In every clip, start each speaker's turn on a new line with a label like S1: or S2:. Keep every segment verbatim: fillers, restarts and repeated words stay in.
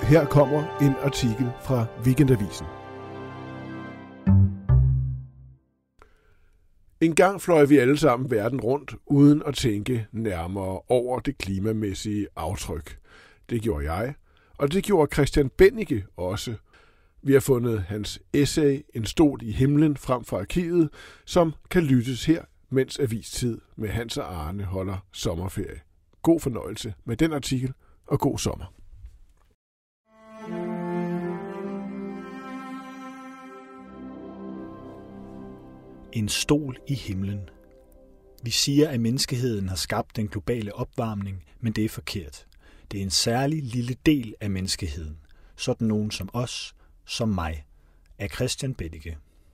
S1: her kommer en artikel fra Weekendavisen. En gang fløj vi alle sammen verden rundt, uden at tænke nærmere over det klimamæssige aftryk. Det gjorde jeg, og det gjorde Christian Bennike også. Vi har fundet hans essay En stol i himlen frem fra arkivet, som kan lyttes her, mens Avistid med Hans og Arne holder sommerferie. God fornøjelse med den artikel, og god sommer.
S2: En stol i himlen. Vi siger, at menneskeheden har skabt den globale opvarmning, men det er forkert. Det er en særlig lille del af menneskeheden. Sådan nogen som os, som mig, af Christian Bennike.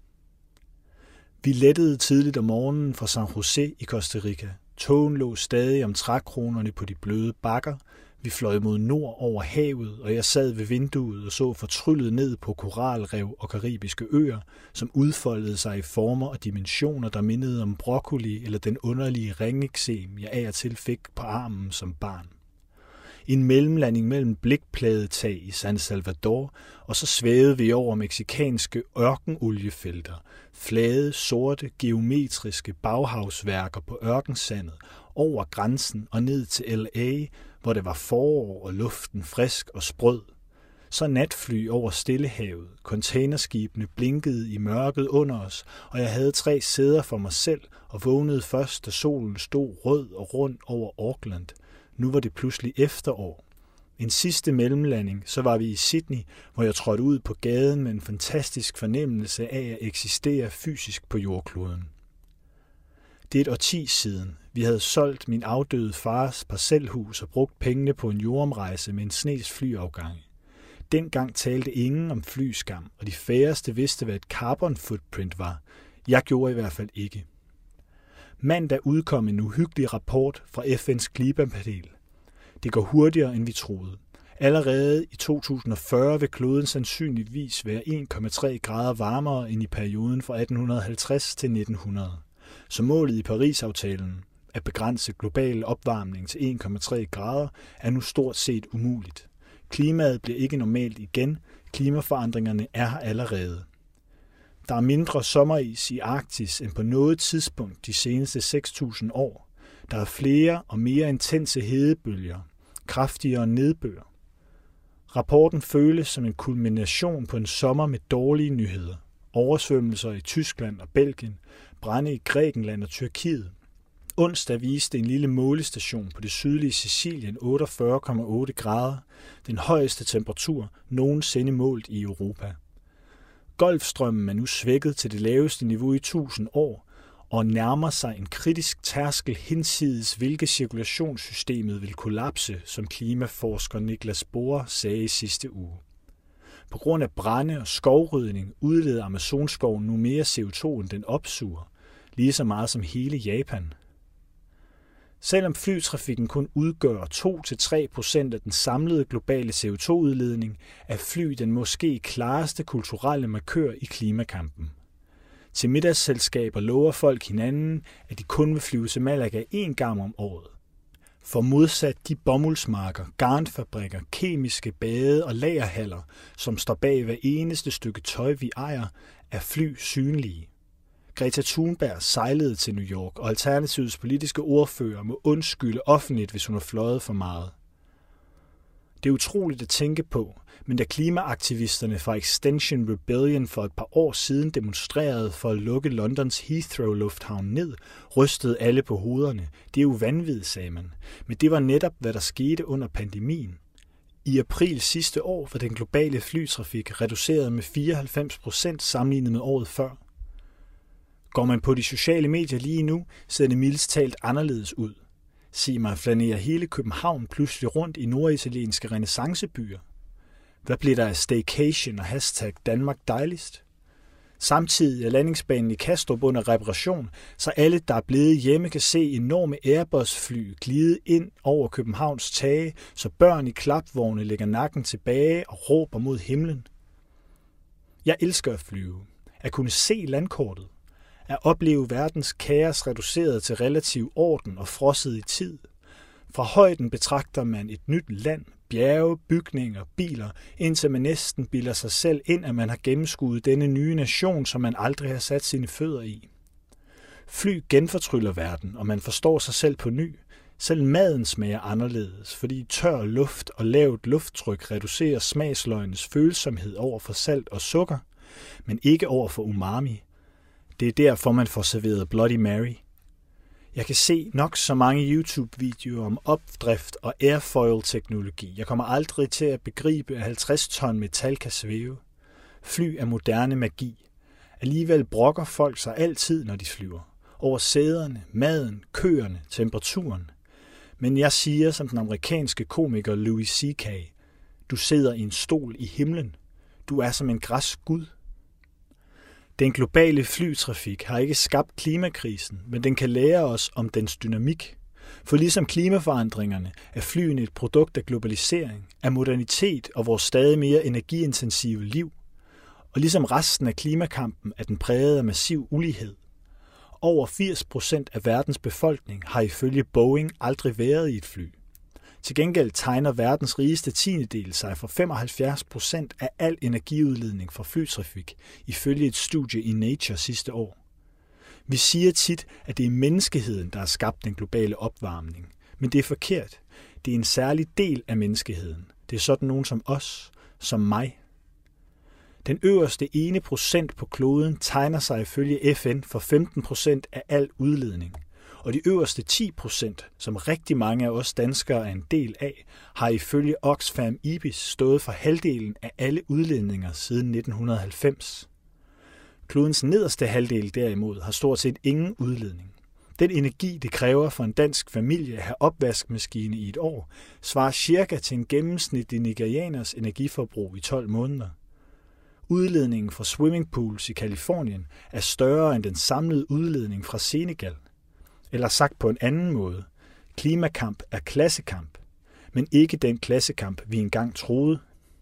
S2: Vi lettede tidligt om morgenen fra San Jose i Costa Rica. Togen lå stadig om trækronerne på de bløde bakker. Vi fløj mod nord over havet, og jeg sad ved vinduet og så fortryllet ned på koralrev og karibiske øer, som udfoldede sig i former og dimensioner, der mindede om broccoli eller den underlige ringeksem, jeg af og til fik på armen som barn. En mellemlanding mellem blikpladetag i San Salvador, og så svævede vi over meksikanske ørkenoliefelter, flade, sorte, geometriske baghavsværker på ørkensandet, over grænsen og ned til L A, hvor det var forår og luften frisk og sprød. Så natfly over Stillehavet, containerskibene blinkede i mørket under os, og jeg havde tre sæder for mig selv og vågnede først, da solen stod rød og rund over Auckland. Nu var det pludselig efterår. En sidste mellemlanding, så var vi i Sydney, hvor jeg trådte ud på gaden med en fantastisk fornemmelse af at eksistere fysisk på jordkloden. Det er et årti siden. Vi havde solgt min afdøde fars parcelhus og brugt pengene på en jordomrejse med en snes flyafgang. Dengang talte ingen om flyskam, og de færreste vidste, hvad et carbon footprint var. Jeg gjorde i hvert fald ikke. Mandag udkom en uhyggelig rapport fra F N's klimapanel. Det går hurtigere, end vi troede. Allerede i to tusind og fyrre vil kloden sandsynligvis være en komma tre grader varmere end i perioden fra atten halvtreds til nitten hundrede. Så målet i Paris-aftalen, at begrænse global opvarmning til en komma tre grader, er nu stort set umuligt. Klimaet bliver ikke normalt igen. Klimaforandringerne er her allerede. Der er mindre sommeris i Arktis end på noget tidspunkt de seneste seks tusind år. Der er flere og mere intense hedebølger, kraftigere nedbør. Rapporten føles som en kulmination på en sommer med dårlige nyheder. Oversvømmelser i Tyskland og Belgien, brande i Grækenland og Tyrkiet. Onsdag viste en lille målestation på det sydlige Sicilien otteogfyrre komma otte grader, den højeste temperatur nogensinde målt i Europa. Golfstrømmen er nu svækket til det laveste niveau i tusind år og nærmer sig en kritisk tærskel hinsides, hvilket cirkulationssystemet vil kollapse, som klimaforsker Niklas Bohr sagde i sidste uge. På grund af brande og skovrydning udleder Amazonskoven nu mere C O to end den opsuger, lige så meget som hele Japan. Selvom flytrafikken kun udgør to til tre procent af den samlede globale C O to udledning, er fly den måske klareste kulturelle markør i klimakampen. Til middagsselskaber lover folk hinanden, at de kun vil flyve til Malaga én gang om året. For modsat de bomuldsmarker, garnfabrikker, kemiske bade og lagerhaller, som står bag hver eneste stykke tøj, vi ejer, er fly synlige. Greta Thunberg sejlede til New York, og Alternativets politiske ordfører må undskylde offentligt, hvis hun har fløjet for meget. Det er utroligt at tænke på, men da klimaaktivisterne fra Extinction Rebellion for et par år siden demonstrerede for at lukke Londons Heathrow-lufthavn ned, rystede alle på hovederne. Det er jo vanvittigt, sagde man. Men det var netop, hvad der skete under pandemien. I april sidste år var den globale flytrafik reduceret med fireoghalvfems procent sammenlignet med året før. Går man på de sociale medier lige nu, ser det mildest talt anderledes ud. Sig mig, flanerer hele København pludselig rundt i norditalienske renæssancebyer? Hvad bliver der af staycation og hashtag Danmark dejligst? Samtidig er landingsbanen i Kastrup under reparation, så alle, der er blevet hjemme, kan se enorme Airbus-fly glide ind over Københavns tage, så børn i klapvogne lægger nakken tilbage og råber mod himlen. Jeg elsker at flyve. At kunne se landkortet. At opleve verdens kaos reduceret til relativ orden og frosset i tid. Fra højden betragter man et nyt land, bjerge, bygninger, biler, indtil man næsten bilder sig selv ind, at man har gennemskuet denne nye nation, som man aldrig har sat sine fødder i. Fly genfortryller verden, og man forstår sig selv på ny. Selv maden smager anderledes, fordi tør luft og lavt lufttryk reducerer smagsløgnes følsomhed over for salt og sukker, men ikke over for umami. Det er derfor, man får serveret Bloody Mary. Jeg kan se nok så mange YouTube-videoer om opdrift og airfoil-teknologi. Jeg kommer aldrig til at begribe, at halvtreds ton metal kan svæve. Fly er moderne magi. Alligevel brokker folk sig altid, når de flyver. Over sæderne, maden, køerne, temperaturen. Men jeg siger som den amerikanske komiker Louis C K, du sidder i en stol i himlen. Du er som en græsk gud. Den globale flytrafik har ikke skabt klimakrisen, men den kan lære os om dens dynamik. For ligesom klimaforandringerne er flyene et produkt af globalisering, af modernitet og vores stadig mere energiintensive liv. Og ligesom resten af klimakampen er den præget af massiv ulighed. Over firs procent af verdens befolkning har ifølge Boeing aldrig været i et fly. Til gengæld tegner verdens rigeste tiendedel sig for femoghalvfjerds procent af al energiudledning fra flytrafik, ifølge et studie i Nature sidste år. Vi siger tit, at det er menneskeheden, der har skabt den globale opvarmning. Men det er forkert. Det er en særlig del af menneskeheden. Det er sådan nogen som os, som mig. Den øverste ene procent på kloden tegner sig ifølge F N for femten procent af al udledning. Og de øverste ti procent, som rigtig mange af os danskere er en del af, har ifølge Oxfam Ibis stået for halvdelen af alle udledninger siden nitten halvfems. Klodens nederste halvdel derimod har stort set ingen udledning. Den energi, det kræver for en dansk familie at have opvaskemaskine i et år, svarer cirka til en gennemsnitlig nigerianers energiforbrug i tolv måneder. Udledningen fra swimmingpools i Kalifornien er større end den samlede udledning fra Senegal. Eller sagt på en anden måde, klimakamp er klassekamp, men ikke den klassekamp, vi engang troede.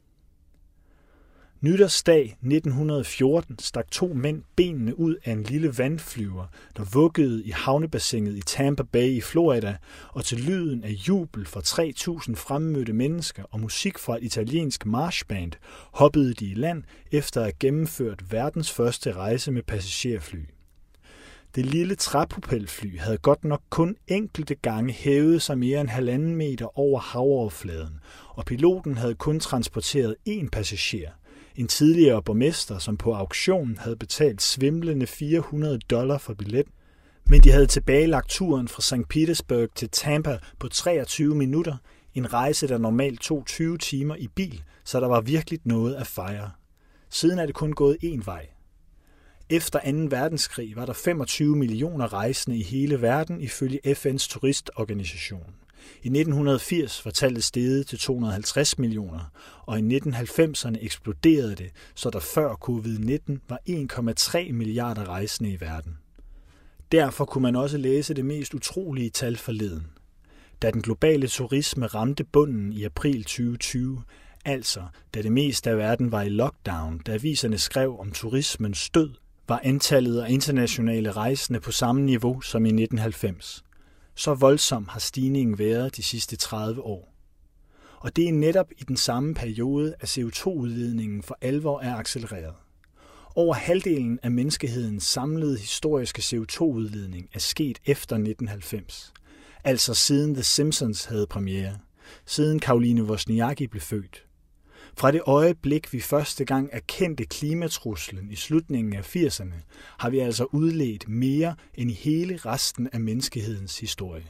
S2: Nytårsdag nitten fjorten stak to mænd benene ud af en lille vandflyver, der vuggede i havnebassinet i Tampa Bay i Florida, og til lyden af jubel fra tre tusind fremmødte mennesker og musik fra et italiensk marchband hoppede de i land efter at have gennemført verdens første rejse med passagerfly. Det lille træpropelfly havde godt nok kun enkelte gange hævet sig mere end halvanden meter over havoverfladen, og piloten havde kun transporteret én passager, en tidligere borgmester, som på auktionen havde betalt svimlende fire hundrede dollar for billet. Men de havde tilbagelagt turen fra Sankt Petersburg til Tampa på treogtyve minutter, en rejse, der normalt tog tyve timer i bil, så der var virkelig noget at fejre. Siden er det kun gået én vej. Efter anden verdenskrig var der femogtyve millioner rejsende i hele verden ifølge F N's turistorganisation. I nitten firs var tallet steget til to hundrede og halvtreds millioner, og i nitten halvfemserne eksploderede det, så der før covid nitten var en komma tre milliarder rejsende i verden. Derfor kunne man også læse det mest utrolige tal forleden. Da den globale turisme ramte bunden i april tyve tyve, altså da det meste af verden var i lockdown, da aviserne skrev om turismens død, var antallet af internationale rejsende på samme niveau som i nitten halvfems. Så voldsom har stigningen været de sidste tredive år. Og det er netop i den samme periode, at C O to udledningen for alvor er accelereret. Over halvdelen af menneskehedens samlede historiske C O to udledning er sket efter nitten halvfems. Altså siden The Simpsons havde premiere. Siden Caroline Wozniacki blev født. Fra det øjeblik, vi første gang erkendte klimatruslen i slutningen af firserne, har vi altså udledt mere end i hele resten af menneskehedens historie.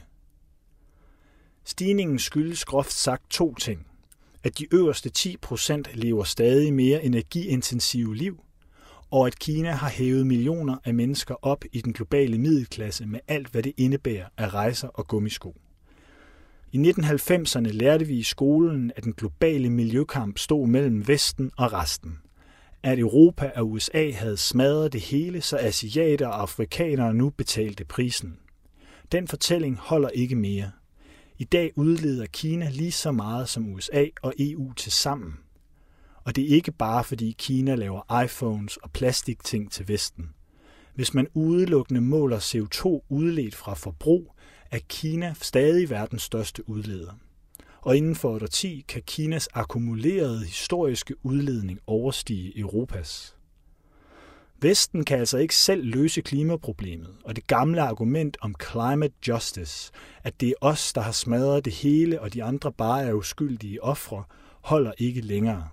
S2: Stigningen skyldes groft sagt to ting. At de øverste ti procent lever stadig mere energiintensive liv, og at Kina har hævet millioner af mennesker op i den globale middelklasse med alt, hvad det indebærer af rejser og gummisko. I nitten halvfemserne lærte vi i skolen, at den globale miljøkamp stod mellem Vesten og resten. At Europa og U S A havde smadret det hele, så asiater og afrikanere nu betalte prisen. Den fortælling holder ikke mere. I dag udleder Kina lige så meget som U S A og E U til sammen. Og det er ikke bare fordi Kina laver iPhones og plastikting til Vesten. Hvis man udelukkende måler C O to udledt fra forbrug, er Kina stadig verdens største udleder. og inden for et årti kan Kinas akkumulerede historiske udledning overstige Europas. Vesten kan altså ikke selv løse klimaproblemet, og det gamle argument om climate justice, at det er os, der har smadret det hele, og de andre bare er uskyldige ofre, holder ikke længere.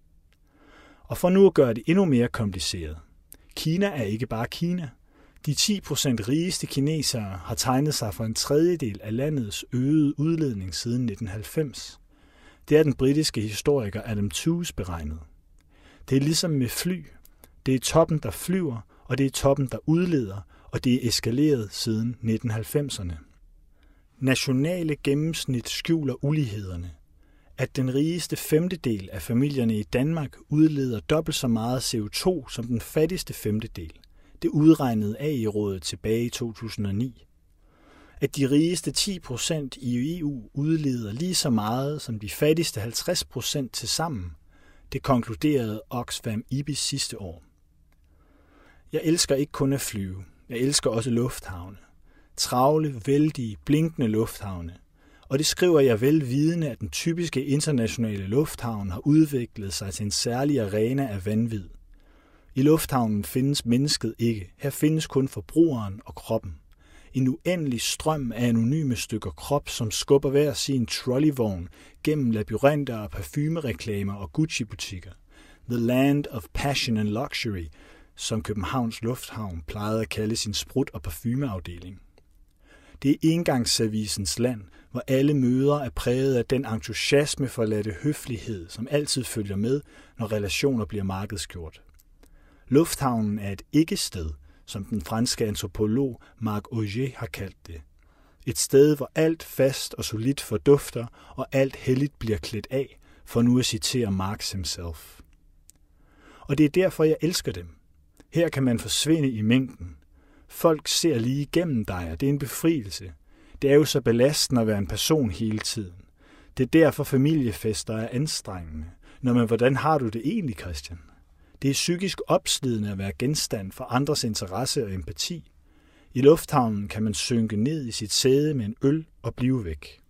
S2: Og for nu at gøre det endnu mere kompliceret. Kina er ikke bare Kina. De ti procent rigeste kinesere har tegnet sig for en tredjedel af landets øgede udledning siden nitten halvfems. Det er den britiske historiker Adam Tooze beregnet. Det er ligesom med fly. Det er toppen, der flyver, og det er toppen, der udleder, og det er eskaleret siden nitten halvfemserne. Nationale gennemsnit skjuler ulighederne. At den rigeste femtedel af familierne i Danmark udleder dobbelt så meget C O to som den fattigste femtedel. Det udregnede A I-rådet tilbage i to tusind og ni. At de rigeste ti procent i E U udleder lige så meget som de fattigste halvtreds procent til sammen, det konkluderede Oxfam I B I S sidste år. Jeg elsker ikke kun at flyve. Jeg elsker også lufthavne. Travle, vældige, blinkende lufthavne. Og det skriver jeg vel vidende, at den typiske internationale lufthavn har udviklet sig til en særlig arena af vanvid. I lufthavnen findes mennesket ikke. Her findes kun forbrugeren og kroppen. En uendelig strøm af anonyme stykker krop, som skubber hver sin trolleyvogn gennem labyrinter og parfumereklamer og Gucci-butikker. The land of passion and luxury, som Københavns Lufthavn plejede at kalde sin sprut- og parfumeafdeling. Det er engangsservicens land, hvor alle møder er præget af den entusiasme for latte høflighed, som altid følger med, når relationer bliver markedsgjort. Lufthavnen er et ikke-sted, som den franske antropolog Marc Auger har kaldt det. Et sted, hvor alt fast og solidt fordufter, og alt helligt bliver klædt af, for nu at citere Marx himself. Og det er derfor, jeg elsker dem. Her kan man forsvinde i mængden. Folk ser lige igennem dig, og det er en befrielse. Det er jo så belastende at være en person hele tiden. Det er derfor familiefester er anstrengende. Nå, men hvordan har du det egentlig, Christian? Det er psykisk opslidende at være genstand for andres interesse og empati. I lufthavnen kan man synke ned i sit sæde med en øl og blive væk.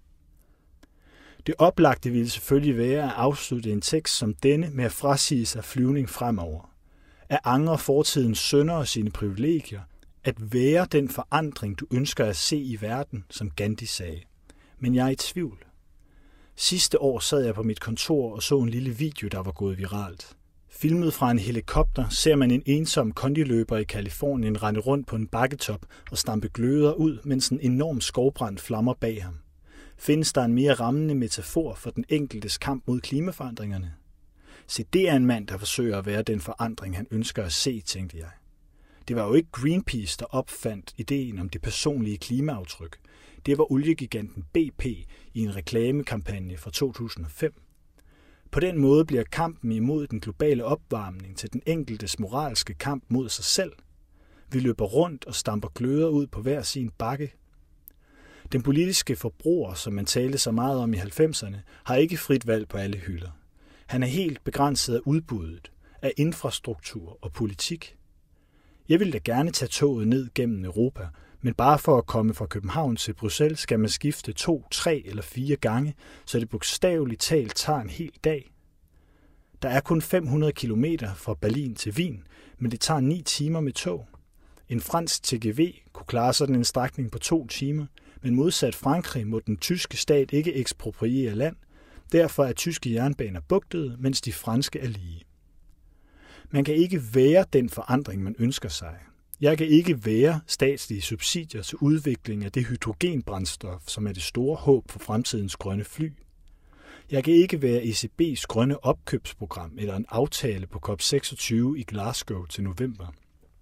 S2: Det oplagte ville selvfølgelig være at afslutte en tekst som denne med at frasige sig flyvning fremover. At angre fortidens synder og sine privilegier. At være den forandring, du ønsker at se i verden, som Gandhi sagde. Men jeg er i tvivl. Sidste år sad jeg på mit kontor og så en lille video, der var gået viralt. Filmet fra en helikopter ser man en ensom kondiløber i Californien rende rundt på en bakketop og stampe gløder ud, mens en enorm skovbrand flammer bag ham. Findes der en mere rammende metafor for den enkeltes kamp mod klimaforandringerne? Se, det er en mand, der forsøger at være den forandring, han ønsker at se, tænkte jeg. Det var jo ikke Greenpeace, der opfandt ideen om det personlige klimaaftryk. Det var oliegiganten B P i en reklamekampagne fra to tusind og fem. På den måde bliver kampen imod den globale opvarmning til den enkeltes moralske kamp mod sig selv. Vi løber rundt og stamper gløder ud på hver sin bakke. Den politiske forbruger, som man talte så meget om i halvfemserne, har ikke frit valg på alle hylder. Han er helt begrænset af udbuddet, af infrastruktur og politik. Jeg vil da gerne tage toget ned gennem Europa, men bare for at komme fra København til Bruxelles skal man skifte to, tre eller fire gange, så det bogstaveligt talt tager en hel dag. Der er kun fem hundrede kilometer fra Berlin til Wien, men det tager ni timer med tog. En fransk T G V kunne klare sådan en strækning på to timer, men modsat Frankrig må den tyske stat ikke ekspropriere land. Derfor er tyske jernbaner bugtede, mens de franske er lige. Man kan ikke være den forandring, man ønsker sig. Jeg kan ikke være statslige subsidier til udvikling af det hydrogenbrændstof, som er det store håb for fremtidens grønne fly. Jeg kan ikke være E C B's grønne opkøbsprogram eller en aftale på COP seksogtyve i Glasgow til november.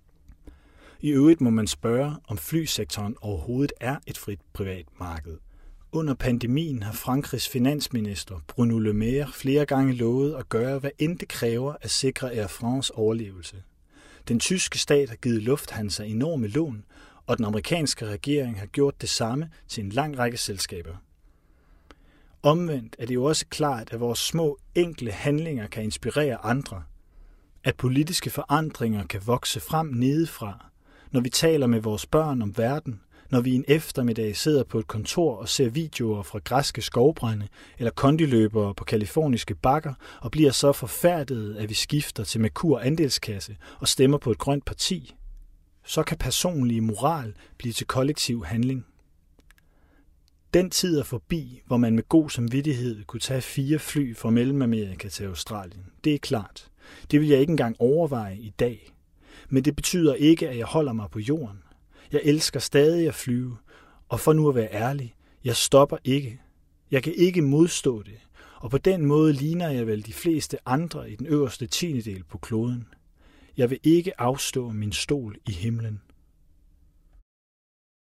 S2: I øvrigt må man spørge, om flysektoren overhovedet er et frit privat marked. Under pandemien har Frankrigs finansminister Bruno Le Maire flere gange lovet at gøre, hvad end det kræver at sikre Air France overlevelse. Den tyske stat har givet Lufthansa enorme lån, og den amerikanske regering har gjort det samme til en lang række selskaber. Omvendt er det jo også klart, at vores små, enkle handlinger kan inspirere andre. At politiske forandringer kan vokse frem nedefra, når vi taler med vores børn om verden, når vi en eftermiddag sidder på et kontor og ser videoer fra græske skovbrænde eller kondiløbere på kaliforniske bakker og bliver så forfærdet, at vi skifter til Merkur andelskasse og stemmer på et grønt parti, så kan personlig moral blive til kollektiv handling. Den tid er forbi, hvor man med god samvittighed kunne tage fire fly fra Mellemamerika til Australien. Det er klart. Det vil jeg ikke engang overveje i dag. Men det betyder ikke, at jeg holder mig på jorden. Jeg elsker stadig at flyve, og for nu at være ærlig, jeg stopper ikke. Jeg kan ikke modstå det, og på den måde ligner jeg vel de fleste andre i den øverste tiendedel på kloden. Jeg vil ikke afstå min stol i himlen.